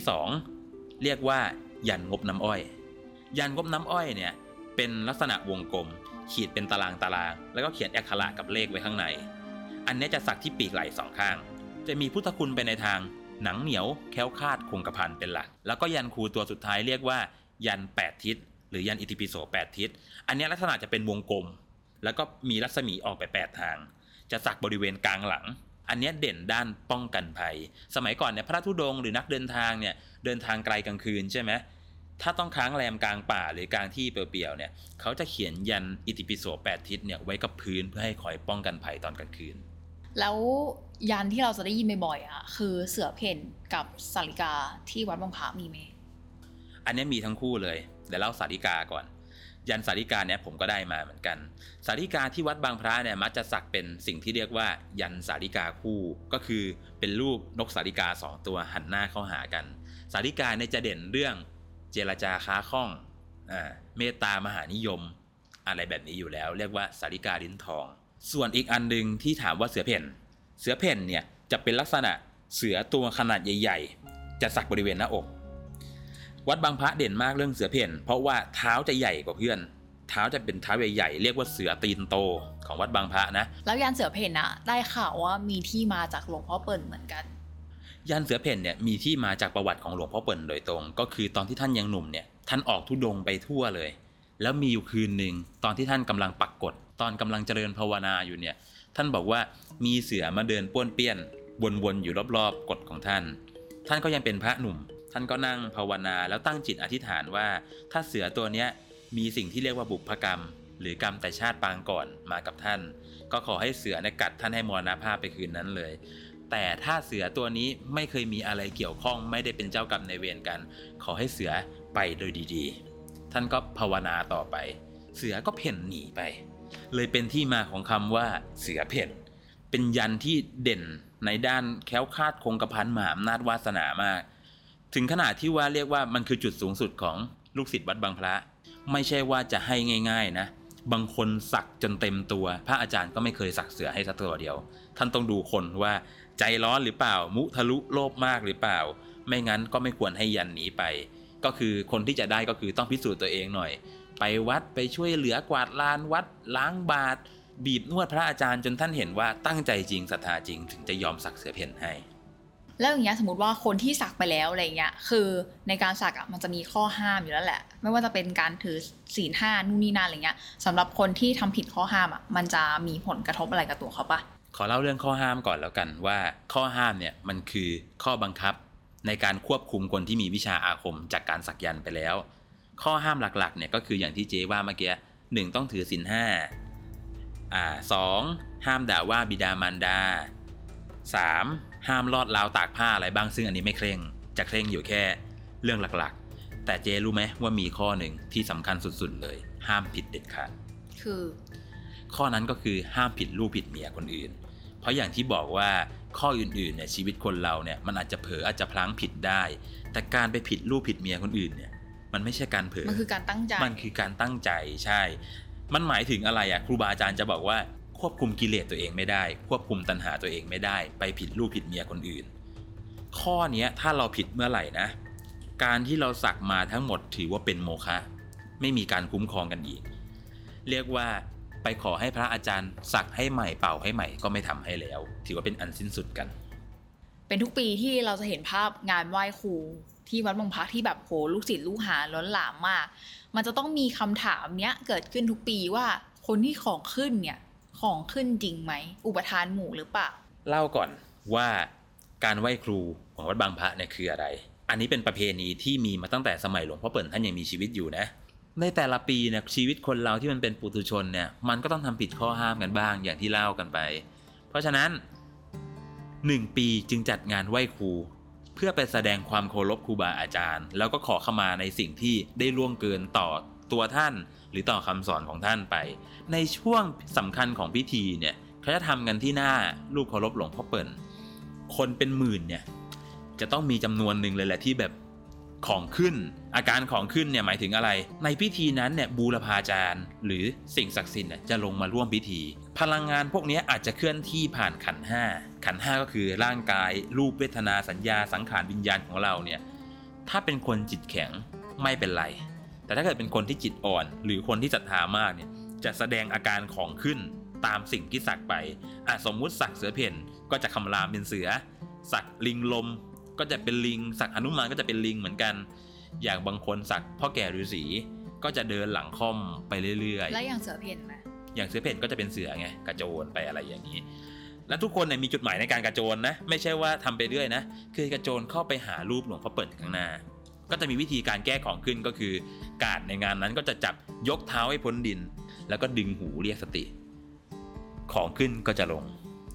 2เรียกว่ายันงบน้ำอ้อยยันงบน้ำอ้อยเนี่ยเป็นลักษณะวงกลมขีดเป็นตารางแล้วก็เขียนอักขระกับเลขไว้ข้างในอันนี้จะสักที่ปีกไหล่2ข้างจะมีพุทธคุณไปในทางหนังเหนียวแคล้วคลาดคงกระพันเป็นหลักแล้วก็ยันครูตัวสุดท้ายเรียกว่ายัน8ทิศหรือยันอิติปิโส8ทิศอันนี้ลักษณะจะเป็นวงกลมแล้วก็มีรัศมีออกไป8ทางจะสักบริเวณกลางหลังอันนี้เด่นด้านป้องกันภัยสมัยก่อนเนี่ยพระธุดงค์หรือนักเดินทางเนี่ยเดินทางไกลกลางคืนใช่ไหมถ้าต้องค้างแรมกลางป่าหรือกลางที่เปลี่ยวๆเนี่ยเขาจะเขียนยันอิติปิโส8ทิศเนี่ยไว้กับพื้นเพื่อให้คอยป้องกันภัยตอนกลางคืนแล้วยันที่เราจะได้ยินบ่อยๆคือเสือเพ่นกับสาริกาที่วัดบางพระมีไหมอันนี้มีทั้งคู่เลยเดี๋ยวเล่าสาริกาก่อนยันสาริกาเนี่ยผมก็ได้มาเหมือนกันสาริกาที่วัดบางพระเนี่ยมักจะสักเป็นสิ่งที่เรียกว่ายันสาริกาคู่ก็คือเป็นรูปนกสาริกา2ตัวหันหน้าเข้าหากันสาริกาเนี่ยจะเด่นเรื่องเจรจาค้าคล่องเมตตามหานิยมอะไรแบบนี้อยู่แล้วเรียกว่าสาริกาลิ้นทองส่วนอีกอันนึงที่ถามว่าเสือเพ่นเนี่ยจะเป็นลักษณะเสือตัวขนาดใหญ่ๆจะสักบริเวณหน้าอกวัดบางพระเด่นมากเรื่องเสือเพ่นเพราะว่าเท้าจะใหญ่กว่าเพื่อนเท้าจะเป็นเท้าใหญ่ๆเรียกว่าเสือตีนโตของวัดบางพระนะแล้วยันเสือเพ่นได้ข่าวว่ามีที่มาจากหลวงพ่อเปิ่นเหมือนกันยันเสือเพ่นเนี่ยมีที่มาจากประวัติของหลวงพ่อเปิ่นโดยตรงก็คือตอนที่ท่านยังหนุ่มเนี่ยท่านออกธุดงค์ไปทั่วเลยแล้วมีอยู่คืนนึงตอนที่ท่านกำลังปักกฎตอนกำลังเจริญภาวนาอยู่เนี่ยท่านบอกว่ามีเสือมาเดินป้วนเปี้ยนวนๆอยู่รอบๆกฎของท่านก็ยังเป็นพระหนุ่มท่านก็นั่งภาวนาแล้วตั้งจิตอธิษฐานว่าถ้าเสือตัวเนี้ยมีสิ่งที่เรียกว่าบุพกรรมหรือกรรมแต่ชาติปางก่อนมากับท่านก็ขอให้เสือเนี่ยกัดท่านให้มรณภาพไปคืนนั้นเลยแต่ถ้าเสือตัวนี้ไม่เคยมีอะไรเกี่ยวข้องไม่ได้เป็นเจ้ากรรมนายเวรกันขอให้เสือไปโดยดีๆท่านก็ภาวนาต่อไปเสือก็เพ่นหนีไปเลยเป็นที่มาของคำว่าเสือเพ่นเป็นยันที่เด่นในด้านแคล้วคลาดคงกระพันมหาอำนาจวาสนามากถึงขนาดที่ว่าเรียกว่ามันคือจุดสูงสุดของลูกศิษย์วัดบางพระไม่ใช่ว่าจะให้ง่ายๆนะบางคนสักจนเต็มตัวพระอาจารย์ก็ไม่เคยสักเสือให้สักตัวเดียวท่านต้องดูคนว่าใจร้อนหรือเปล่ามุทะลุโลภมากหรือเปล่าไม่งั้นก็ไม่ควรให้ยันหนีไปก็คือคนที่จะได้ก็คือต้องพิสูจน์ตัวเองหน่อยไปวัดไปช่วยเหลือกวาดลานวัดล้างบาตรบีบนวดพระอาจารย์จนท่านเห็นว่าตั้งใจจริงศรัทธาจริงถึงจะยอมสักเสือเพ่นให้แล้วอย่างเงี้ยสมมติว่าคนที่สักไปแล้วอะไรเงี้ยคือในการสักอ่ะมันจะมีข้อห้ามอยู่แล้วแหละไม่ว่าจะเป็นการถือศีล 5นู่นนี่นั่นอะไรเงี้ยสำหรับคนที่ทำผิดข้อห้ามอ่ะมันจะมีผลกระทบอะไรกับตัวเขาปะขอเล่าเรื่องข้อห้ามก่อนแล้วกันว่าข้อห้ามเนี่ยมันคือข้อบังคับในการควบคุมคนที่มีวิชาอาคมจากการสักยันต์ไปแล้วข้อห้ามหลักๆเนี่ยก็คืออย่างที่เจ๊ว่าเมื่อกี้1ต้องถือศีล 5 2ห้ามด่าว่าบิดามารดา 3ห้ามลอดราวตากผ้าอะไรบ้างซึ่งอันนี้ไม่เคร่งจะเคร่งอยู่แค่เรื่องหลักๆแต่เจ๊รู้ไหมว่ามีข้อหนึ่งที่สำคัญสุดๆเลยห้ามผิดเด็ดขาดคือข้อนั้นก็คือห้ามผิดลูกผิดเมียคนอื่นเพราะอย่างที่บอกว่าข้ออื่นๆเนี่ยชีวิตคนเราเนี่ยมันอาจจะเผลออาจจะพลั้งผิดได้แต่การไปผิดลูกผิดเมียคนอื่นเนี่ยมันไม่ใช่การเผลอมันคือการตั้งใจมันคือการตั้งใจใช่มันหมายถึงอะไรอ่ะครูบาอาจารย์จะบอกว่าควบคุมกิเลสตัวเองไม่ได้ควบคุมตัณหาตัวเองไม่ได้ไปผิดลูกผิดเมียคนอื่นข้อนี้ถ้าเราผิดเมื่อไหร่นะการที่เราสักมาทั้งหมดถือว่าเป็นโมฆะไม่มีการคุ้มครองกันอีกเรียกว่าไปขอให้พระอาจารย์สักให้ใหม่เป่าให้ใหม่ก็ไม่ทำให้แล้วถือว่าเป็นอันสิ้นสุดกันเป็นทุกปีที่เราจะเห็นภาพงานไหว้ครูที่วัดบางพระที่แบบโหลูกศิษย์ลูกหาล้นหลามมากมันจะต้องมีคำถามเนี้ยเกิดขึ้นทุกปีว่าคนที่ของขึ้นเนี่ยของขึ้นจริงไหมอุปทานหมู่หรือเปล่าเล่าก่อนว่าการไหว้ครูของวัดบางพระเนี่ยคืออะไรอันนี้เป็นประเพณีที่มีมาตั้งแต่สมัยหลวงพ่อเปิ่นท่านยังมีชีวิตอยู่นะในแต่ละปีเนี่ยชีวิตคนเราที่มันเป็นปุถุชนเนี่ยมันก็ต้องทำผิดข้อห้ามกันบ้างอย่างที่เล่ากันไปเพราะฉะนั้น1 ปีจึงจัดงานไหว้ครูเพื่อไปแสดงความเคารพครูบาอาจารย์แล้วก็ขอขมาในสิ่งที่ได้ล่วงเกินต่อตัวท่านหรือต่อคำสอนของท่านไปในช่วงสำคัญของพิธีเนี่ยเขาจะทำกันที่หน้ารูปเคารพหลวงพ่อเปิ่นคนเป็นหมื่นเนี่ยจะต้องมีจำนวนหนึ่งเลยแหละที่แบบของขึ้นอาการของขึ้นเนี่ยหมายถึงอะไรในพิธีนั้นเนี่ยบูรพาจารย์หรือสิ่งศักดิ์สิทธิ์จะลงมาร่วมพิธีพลังงานพวกนี้อาจจะเคลื่อนที่ผ่านขันธ์ 5ขันธ์ 5ก็คือร่างกายรูปเวทนาสัญญาสังขารวิญญาณของเราเนี่ยถ้าเป็นคนจิตแข็งไม่เป็นไรแต่ถ้าเกิดเป็นคนที่จิตอ่อนหรือคนที่ศรัทธามากเนี่ยจะแสดงอาการของขึ้นตามสิ่งที่สักไปสมมุติสักเสือเพ่นก็จะคำรามเป็นเสือสักลิงลมก็จะเป็นลิงสักหนุมานก็จะเป็นลิงเหมือนกันอย่างบางคนสักพ่อแก่ฤาษีก็จะเดินหลังค่อมไปเรื่อยๆแล้วอย่างเสือเพ่นไหมอย่างเสือเพ่นก็จะเป็นเสือไงกระโจนไปอะไรอย่างนี้และทุกคนเนี่ยมีจุดหมายในการกระโจนนะไม่ใช่ว่าทำไปเรื่อยนะคือกระโจนเข้าไปหารูปหลวงพ่อเปิ่นข้างหน้าก็จะมีวิธีการแก้ของขึ้นก็คือกาดในงานนั้นก็จะจับยกเท้าให้พ้นดินแล้วก็ดึงหูเรียกสติของขึ้นก็จะลง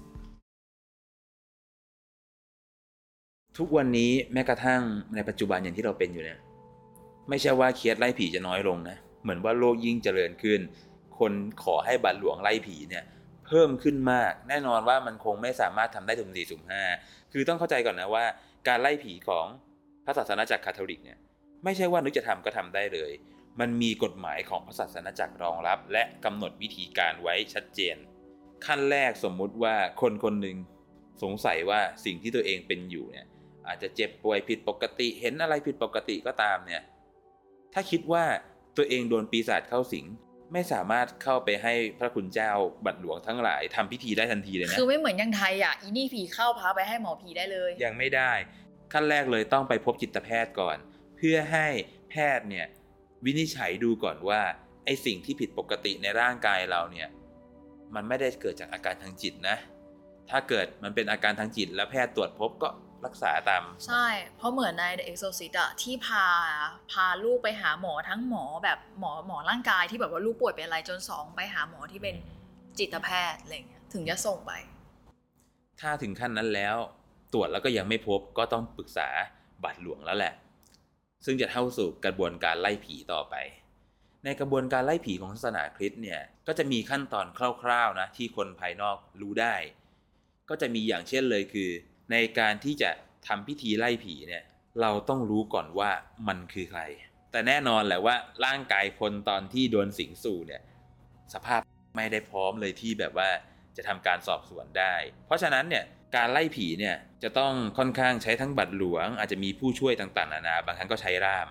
ทุกวันนี้แม้กระทั่งในปัจจุบันอย่างที่เราเป็นอยู่เนี่ยไม่ใช่ว่าเคสไล่ผีจะน้อยลงนะเหมือนว่าโลกยิ่งเจริญขึ้นคนขอให้บัตรหลวงไล่ผีเนี่ยเพิ่มขึ้นมากแน่นอนว่ามันคงไม่สามารถทำได้สุ่ม4สุ่ม5คือต้องเข้าใจก่อนนะว่าการไล่ผีของพระศาสนาจักรคาทอลิกเนี่ยไม่ใช่ว่านึกจะทำก็ทำได้เลยมันมีกฎหมายของพระศาสนาจักรรองรับและกำหนดวิธีการไว้ชัดเจนขั้นแรกสมมุติว่าคนคนหนึ่งสงสัยว่าสิ่งที่ตัวเองเป็นอยู่เนี่ยอาจจะเจ็บป่วยผิดปกติเห็นอะไรผิดปกติก็ตามเนี่ยถ้าคิดว่าตัวเองโดนปีศาจเข้าสิงไม่สามารถเข้าไปให้พระคุณเจ้าบัตรหลวงทั้งหลายทำพิธีได้ทันทีเลยนะคือไม่เหมือนยังไทยอ่ะอีนี่ผีเข้าพาไปให้หมอผีได้เลยยังไม่ได้ขั้นแรกเลยต้องไปพบจิตแพทย์ก่อนเพื่อให้แพทย์เนี่ยวินิจฉัยดูก่อนว่าไอ้สิ่งที่ผิดปกติในร่างกายเราเนี่ยมันไม่ได้เกิดจากอาการทางจิตนะถ้าเกิดมันเป็นอาการทางจิตแล้วแพทย์ตรวจพบก็รักษาตามใช่เพราะเหมือนใน The Exorcist อะที่พาลูกไปหาหมอทั้งหมอแบบหมอร่างกายที่แบบว่าลูกป่วยเป็นอะไรจน2ไปหาหมอที่เป็นจิตแพทย์อะไรเงี้ยถึงจะส่งไปถ้าถึงขั้นนั้นแล้วตรวจแล้วก็ยังไม่พบก็ต้องปรึกษาบัตรหลวงแล้วแหละซึ่งจะเข้าสู่กระบวนการไล่ผีต่อไปในกระบวนการไล่ผีของศาสนาคริสต์เนี่ยก็จะมีขั้นตอนคร่าวๆนะที่คนภายนอกรู้ได้ก็จะมีอย่างเช่นเลยคือในการที่จะทำพิธีไล่ผีเนี่ยเราต้องรู้ก่อนว่ามันคือใครแต่แน่นอนแหละว่าร่างกายคนตอนที่โดนสิงสู่เนี่ยสภาพไม่ได้พร้อมเลยที่แบบว่าจะทำการสอบสวนได้เพราะฉะนั้นเนี่ยการไล่ผีเนี่ยจะต้องค่อนข้างใช้ทั้งบัตรหลวงอาจจะมีผู้ช่วยต่างๆนานาบางครั้งก็ใช้ร่าม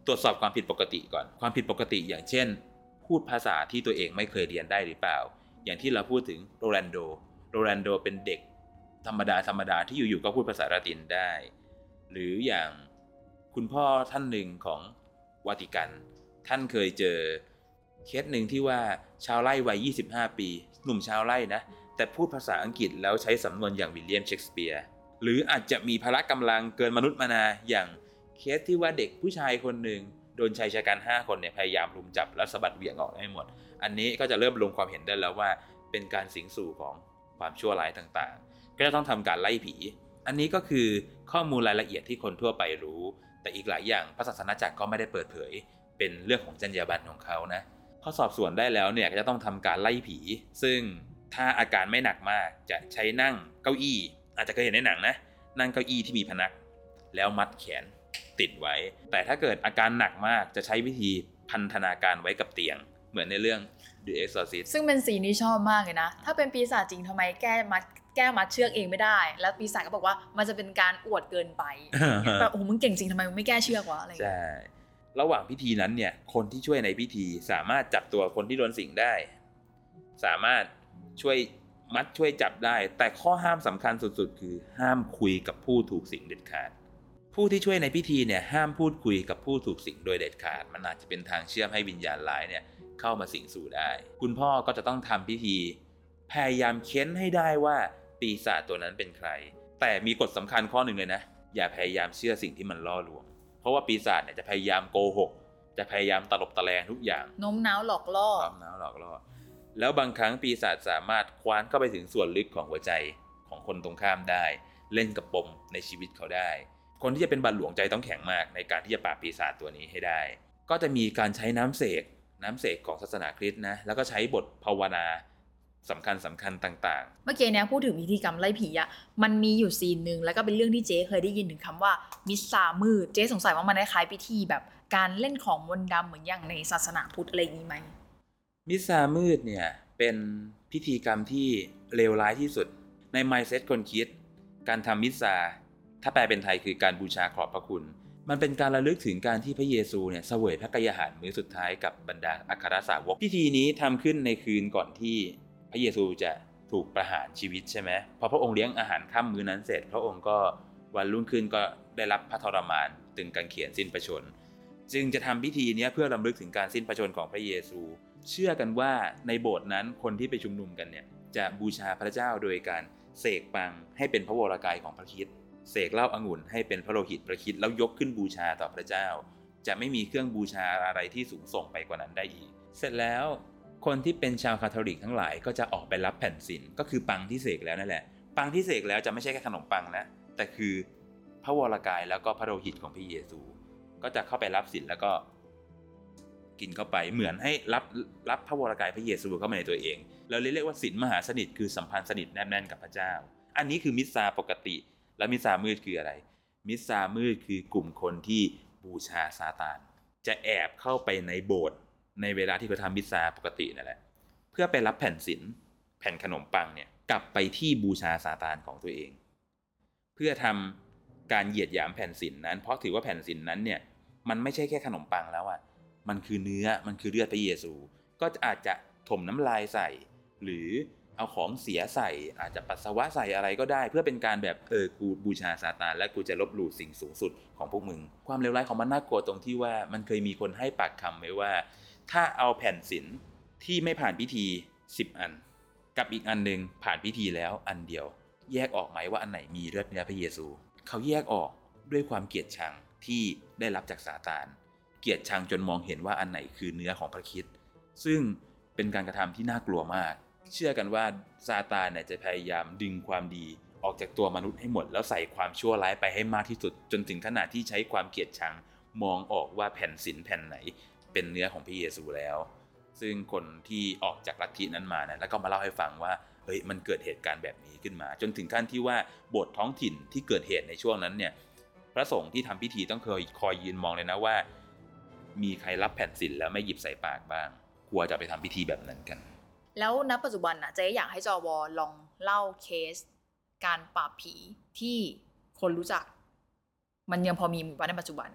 ตรวจสอบความผิดปกติก่อนความผิดปกติอย่างเช่นพูดภาษาที่ตัวเองไม่เคยเรียนได้หรือเปล่าอย่างที่เราพูดถึงโรแลนโดเป็นเด็กธรรมดาที่อยู่ๆก็พูดภาษาละตินได้หรืออย่างคุณพ่อท่านหนึ่งของวาติกันท่านเคยเจอเคสหนึ่งที่ว่าชาวไร่วัย25 ปีหนุ่มชาวไร่นะแต่พูดภาษาอังกฤษแล้วใช้สำนวนอย่างวิลเลียมเชกสเปียร์หรืออาจจะมีพละกำลังเกินมนุษย์มนาอย่างเคสที่ว่าเด็กผู้ชายคนหนึ่งโดนชายชะกัน5 คนเนี่ยพยายามรุมจับและสะบัดเหวี่ยงออกให้หมดอันนี้ก็จะเริ่มลงความเห็นได้แล้วว่าเป็นการสิงสู่ของความชั่วร้ายต่างๆก็จะต้องทำการไล่ผีอันนี้ก็คือข้อมูลรายละเอียดที่คนทั่วไปรู้แต่อีกหลายอย่างพระศาสนาจักรก็ไม่ได้เปิดเผยเป็นเรื่องของจรรยาบรรณของเขานะพอสอบสวนได้แล้วเนี่ยก็จะต้องทำการไล่ผีซึ่งถ้าอาการไม่หนักมากจะใช้นั่งเก้าอี้อาจจะเคยเห็นในหนังนะนั่งเก้าอี้ที่มีพนักแล้วมัดแขนติดไว้แต่ถ้าเกิดอาการหนักมากจะใช้วิธีพันธนาการไว้กับเตียงเหมือนในเรื่อง The Exorcist ซึ่งเป็นสีนี้ชอบมากเลยนะถ้าเป็นปีศาจจริงทำไมแก้มัดเชือกเองไม่ได้แล้วปีศาจก็บอกว่ามันจะเป็นการอวดเกินไปแบบโอ้โหมึงเก่งจริงทำไมมึงไม่แก้เชือกวะอะไรอย่างเงี้ยใช่ระหว่างพิธีนั้นเนี่ยคนที่ช่วยในพิธีสามารถจับตัวคนที่โดนสิงได้สามารถช่วยมัดช่วยจับได้แต่ข้อห้ามสำคัญสุดๆคือห้ามคุยกับผู้ถูกสิงเด็ดขาดผู้ที่ช่วยในพิธีเนี่ยห้ามพูดคุยกับผู้ถูกสิงโดยเด็ดขาดมันอาจจะเป็นทางเชื่อมให้วิญญาณร้ายเนี่ยเข้ามาสิงสู่ได้คุณพ่อก็จะต้องทำพิธีพยายามเค้นให้ได้ว่าปีศาจตัวนั้นเป็นใครแต่มีกฎสำคัญข้อหนึ่งเลยนะอย่าพยายามเชื่อสิ่งที่มันล่อลวงเพราะว่าปีศาจเนี่ยจะพยายามโกหกจะพยายามตลบตะแลงทุกอย่างโน้มน้าวหลอกล่อแล้วบางครั้งปีศาจสามารถคว้านเข้าไปถึงส่วนลึกของหัวใจของคนตรงข้ามได้เล่นกับปมในชีวิตเขาได้คนที่จะเป็นบาทหลวงใจต้องแข็งมากในการที่จะปราบปีศาจตัวนี้ให้ได้ก็จะมีการใช้น้ำเสกของศาสนาคริสต์นะแล้วก็ใช้บทภาวนาสำคัญต่างๆเมื่อกี้เนี่ยพูดถึงพิธีกรรมไล่ผีอ่ะมันมีอยู่ซีนนึงแล้วก็เป็นเรื่องที่เจ๊เคยได้ยินถึงคำว่ามิสซามืดเจ๊สงสัยว่ามันคล้ายพิธีแบบการเล่นของมนต์ดำเหมือนอย่างในศาสนาพุทธอะไรอย่างนี้ไหมมิสซามืดเนี่ยเป็นพิธีกรรมที่เลวร้ายที่สุดใน mindset คนคิดการทำมิสซาถ้าแปลเป็นไทยคือการบูชาขอบพระคุณมันเป็นการระลึกถึงการที่พระเยซูเนี่ยเสวยพระกายอาหารมื้อสุดท้ายกับบรรดาอัครสาวกพิธีนี้ทำขึ้นในคืนก่อนที่พระเยซูจะถูกประหารชีวิตใช่ไหมพอพระองค์เลี้ยงอาหารค่ำมื้อนั้นเสร็จพระองค์ก็วันรุ่งขึ้นก็ได้รับพระทรมานตึงกางเขนสิ้นพระชนม์จึงจะทำพิธีนี้เพื่อรำลึกถึงการสิ้นพระชนม์ของพระเยซูเชื่อกันว่าในโบสถ์นั้นคนที่ไปชุมนุมกันเนี่ยจะบูชาพระเจ้าโดยการเสกปังให้เป็นพระวรกายของพระคริสต์เสกเหล้าองุ่นให้เป็นพระโลหิตพระคริสต์แล้วยกขึ้นบูชาต่อพระเจ้าจะไม่มีเครื่องบูชาอะไรที่สูงส่งไปกว่านั้นได้อีกเสร็จแล้วคนที่เป็นชาวคาทอลิกทั้งหลายก็จะออกไปรับแผ่นศีลก็คือปังที่เสกแล้วนั่นแหละปังที่เสกแล้วจะไม่ใช่แค่ขนมปังนะแต่คือพระวรกายแล้วก็พระโลหิตของพระเยซูก็จะเข้าไปรับศีลแล้วก็กินเข้าไปเหมือนให้รับพระวรกายพระเยซูเข้ามาในตัวเองเราเรียกว่าศีลมหาสนิทคือสัมพันธ์สนิทแนบแน่นกับพระเจ้าอันนี้คือมิสซาปกติแล้วมิสซามืดคืออะไรมิสซามืดคือกลุ่มคนที่บูชาซาตานจะแอบเข้าไปในโบสถ์ในเวลาที่เขาทำมิสซาปกตินั่นแหละเพื่อไปรับแผ่นศีลแผ่นขนมปังเนี่ยกลับไปที่บูชาซาตานของตัวเองเพื่อทำการเหยียดหยามแผ่นศีลนั้นเพราะถือว่าแผ่นศีลนั้นเนี่ยมันไม่ใช่แค่ขนมปังแล้วอ่ะมันคือเนื้อมันคือเลือดพระเยซูก็อาจจะถมน้ำลายใส่หรือเอาของเสียใส่อาจจะปัสสาวะใส่อะไรก็ได้เพื่อเป็นการแบบกูบูชาซาตานและกูจะลบหลู่สิ่งสูงสุดของพวกมึงความเลวร้ายของมันน่ากลัวตรงที่ว่ามันเคยมีคนให้ปากคำไว้ว่าถ้าเอาแผ่นศีลที่ไม่ผ่านพิธี10 อันกับอีกอันนึงผ่านพิธีแล้วอันเดียวแยกออกไหมว่าอันไหนมีเลือดเนื้อพระเยซูเขาแยกออกด้วยความเกลียดชังที่ได้รับจากซาตานเกลียดชังจนมองเห็นว่าอันไหนคือเนื้อของพระคริสต์ซึ่งเป็นการกระทำที่น่ากลัวมากเชื่อกันว่าซาตานเนี่ยจะพยายามดึงความดีออกจากตัวมนุษย์ให้หมดแล้วใส่ความชั่วร้ายไปให้มากที่สุดจนถึงขนาดที่ใช้ความเกลียดชังมองออกว่าแผ่นศีลแผ่นไหนเป็นเนื้อของพระเยซูแล้วซึ่งคนที่ออกจากลัทธินั้นมาเนี่ยแล้วก็มาเล่าให้ฟังว่าเฮ้ยมันเกิดเหตุการณ์แบบนี้ขึ้นมาจนถึงขั้นที่ว่าโบสถ์ท้องถิ่นที่เกิดเหตุในช่วงนั้นเนี่ยพระสงฆ์ที่ทำพิธีต้องคอยยืนมองเลยนะว่ามีใครรับแผ่นศีลแล้วไม่หยิบใส่ปากบ้างกลัวจะไปทำพิธีแบบนั้นกันแล้วณปัจจุบันนะเจ๊อยากให้จวลองเล่าเคสการปราบผีที่คนรู้จักมันยังพอมีอยู่ป่ะในปัจจุบัน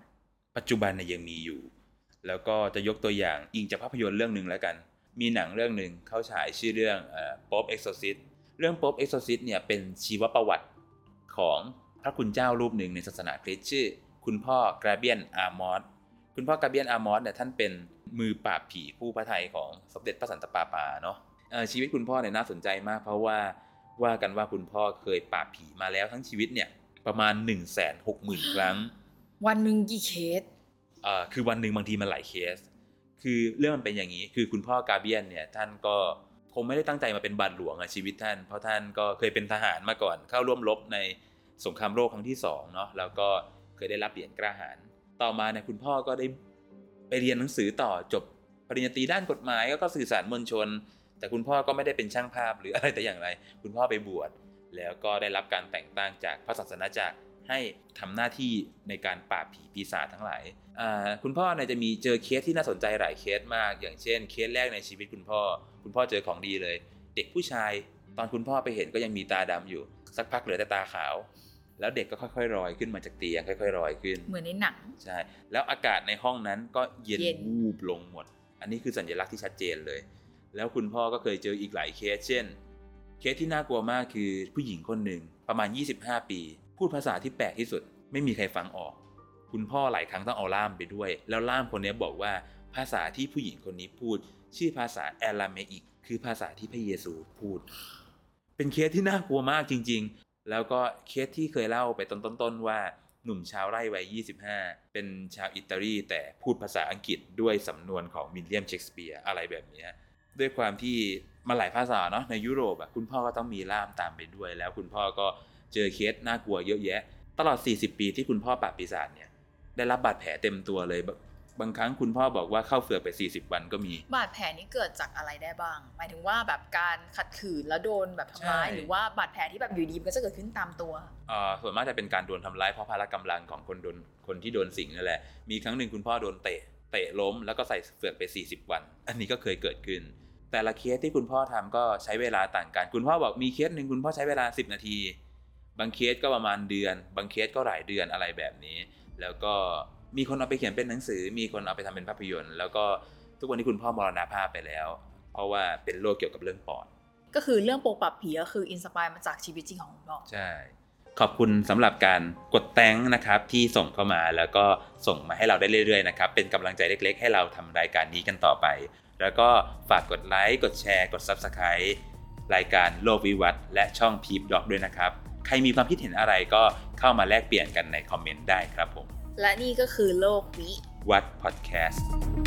ปัจจุบันเนี่ยยังมีอยู่แล้วก็จะยกตัวอย่างอิงจากภาพยนตร์เรื่องนึงแล้วกันมีหนังเรื่องนึงเข้าฉายชื่อเรื่องPope Exorcist เรื่อง Pope Exorcist เนี่ยเป็นชีวประวัติของพระคุณเจ้ารูปหนึ่งในศาสนาคริสต์ชื่อคุณพ่อกราเบียนอาร์มอสคุณพ่อกราเบียนอาร์มอสเนี่ยท่านเป็นมือปราบผีคู่พระทัยของสมเด็จพระสันตะปาปาเนาะชีวิตคุณพ่อเนี่ยน่าสนใจมากเพราะว่ากันว่าคุณพ่อเคยปราบผีมาแล้วทั้งชีวิตเนี่ยประมาณ 160,000 ครั้งวันหนึ่งกี่เคสคือวันหนึ่งบางทีมันหลายเคสคือเรื่องมันเป็นอย่างนี้คือคุณพ่อกาเบียนเนี่ยท่านก็คงไม่ได้ตั้งใจมาเป็นบาทหลวงอะชีวิตท่านเพราะท่านก็เคยเป็นทหารมาก่อนเข้าร่วมรบในสงครามโลกครั้งที่2เนาะแล้วก็เคยได้รับเหรียญกล้าหาญต่อมาเนี่ยคุณพ่อก็ได้ไปเรียนหนังสือต่อจบปริญญาตรีด้านกฎหมายก็สื่อสารมวลชนแต่คุณพ่อก็ไม่ได้เป็นช่างภาพหรืออะไรแต่อย่างไรคุณพ่อไปบวชแล้วก็ได้รับการแต่งตั้งจากพระศาสนาจักรให้ทำหน้าที่ในการปราบผีปีศาจทั้งหลายคุณพ่อเนี่ยจะมีเจอเคสที่น่าสนใจหลายเคสมากอย่างเช่นเคสแรกในชีวิตคุณพ่อเจอของดีเลยเด็กผู้ชายตอนคุณพ่อไปเห็นก็ยังมีตาดำอยู่สักพักเหลือแต่ตาขาวแล้วเด็กก็ค่อยๆลอยขึ้นมาจากเตียงค่อยๆลอยขึ้นเหมือนในหนังใช่แล้วอากาศในห้องนั้นก็เย็นวูบลงหมดอันนี้คือสัญลักษณ์ที่ชัดเจนเลยแล้วคุณพ่อก็เคยเจออีกหลายเคสเช่นเคสที่น่ากลัวมากคือผู้หญิงคนหนึ่งประมาณ25 ปีพูดภาษาที่แปลกที่สุดไม่มีใครฟังออกคุณพ่อหลายครั้งต้องเอาล่ามไปด้วยแล้วล่ามคนนี้บอกว่าภาษาที่ผู้หญิงคนนี้พูดชื่อภาษาแอราเมอิกคือภาษาที่พระเยซูพูดเป็นเคสที่น่ากลัวมากจริงๆแล้วก็เคสที่เคยเล่าไปต้นๆว่าหนุ่มชาวไร่วัย25เป็นชาวอิตาลีแต่พูดภาษาอังกฤษด้วยสำนวนของวิลเลียมเชกสเปียร์อะไรแบบนี้ด้วยความที่มาหลายภาษาเนาะในยุโรปคุณพ่อก็ต้องมีล่ามตามไปด้วยแล้วคุณพ่อก็เจอเคสน่ากลัวเยอะแยะตลอด40 ปีที่คุณพ่อปราบปีศาจเนี่ยได้รับบาดแผลเต็มตัวเลยบางครั้งคุณพ่อบอกว่าเข้าเฝือกไป40 วันก็มีบาดแผลนี้เกิดจากอะไรได้บ้างหมายถึงว่าแบบการขัดขืนแล้วโดนแบบทำร้ายหรือว่าบาดแผลที่แบบอยู่ดีมันก็จะเกิดขึ้นตามตัวส่วนมากจะเป็นการโดนทำร้ายเพราะพละกำลังของคนที่โดนสิงนั่นแหละมีครั้งหนึ่งคุณพ่อโดนเตะล้มแล้วก็ใส่เฝือกไป40 วันอันนี้ก็เคยเกิดขึ้นแต่ละเคสที่คุณพ่อทำก็ใช้เวลาต่างกันคุณพ่อบอกมีเคสนึงคุณพ่อใช้เวลา10 นาทีบางเคสก็ประมาณเดือนบางเคสก็หลายเดือนอะไรแบบนี้แล้วก็มีคนเอาไปเขียนเป็นหนังสือมีคนเอาไปทำเป็นภาพยนตร์แล้วก็ทุกวันนี้คุณพ่อมรณภาพไปแล้วเพราะว่าเป็นโรคเกี่ยวกับเรื่องปอดก็คือเรื่องโปกปรับผีก็คืออินสไปร์มาจากชีวิตจริงของคุณพ่อใช่ขอบคุณสำหรับการกดแตงนะครับที่ส่งเข้ามาแล้วก็ส่งมาให้เราได้เรื่อยๆนะครับเป็นกำลังใจเล็กๆให้เราทำรายการนี้กันต่อไปแล้วก็ฝากกดไลค์กดแชร์กด Subscribe รายการโลกวิวัฒน์และช่อง Peep Doc ด้วยนะครับใครมีความคิดเห็นอะไรก็เข้ามาแลกเปลี่ยนกันในคอมเมนต์ได้ครับผมและนี่ก็คือโลกวิวัฒน์พอดแคสต์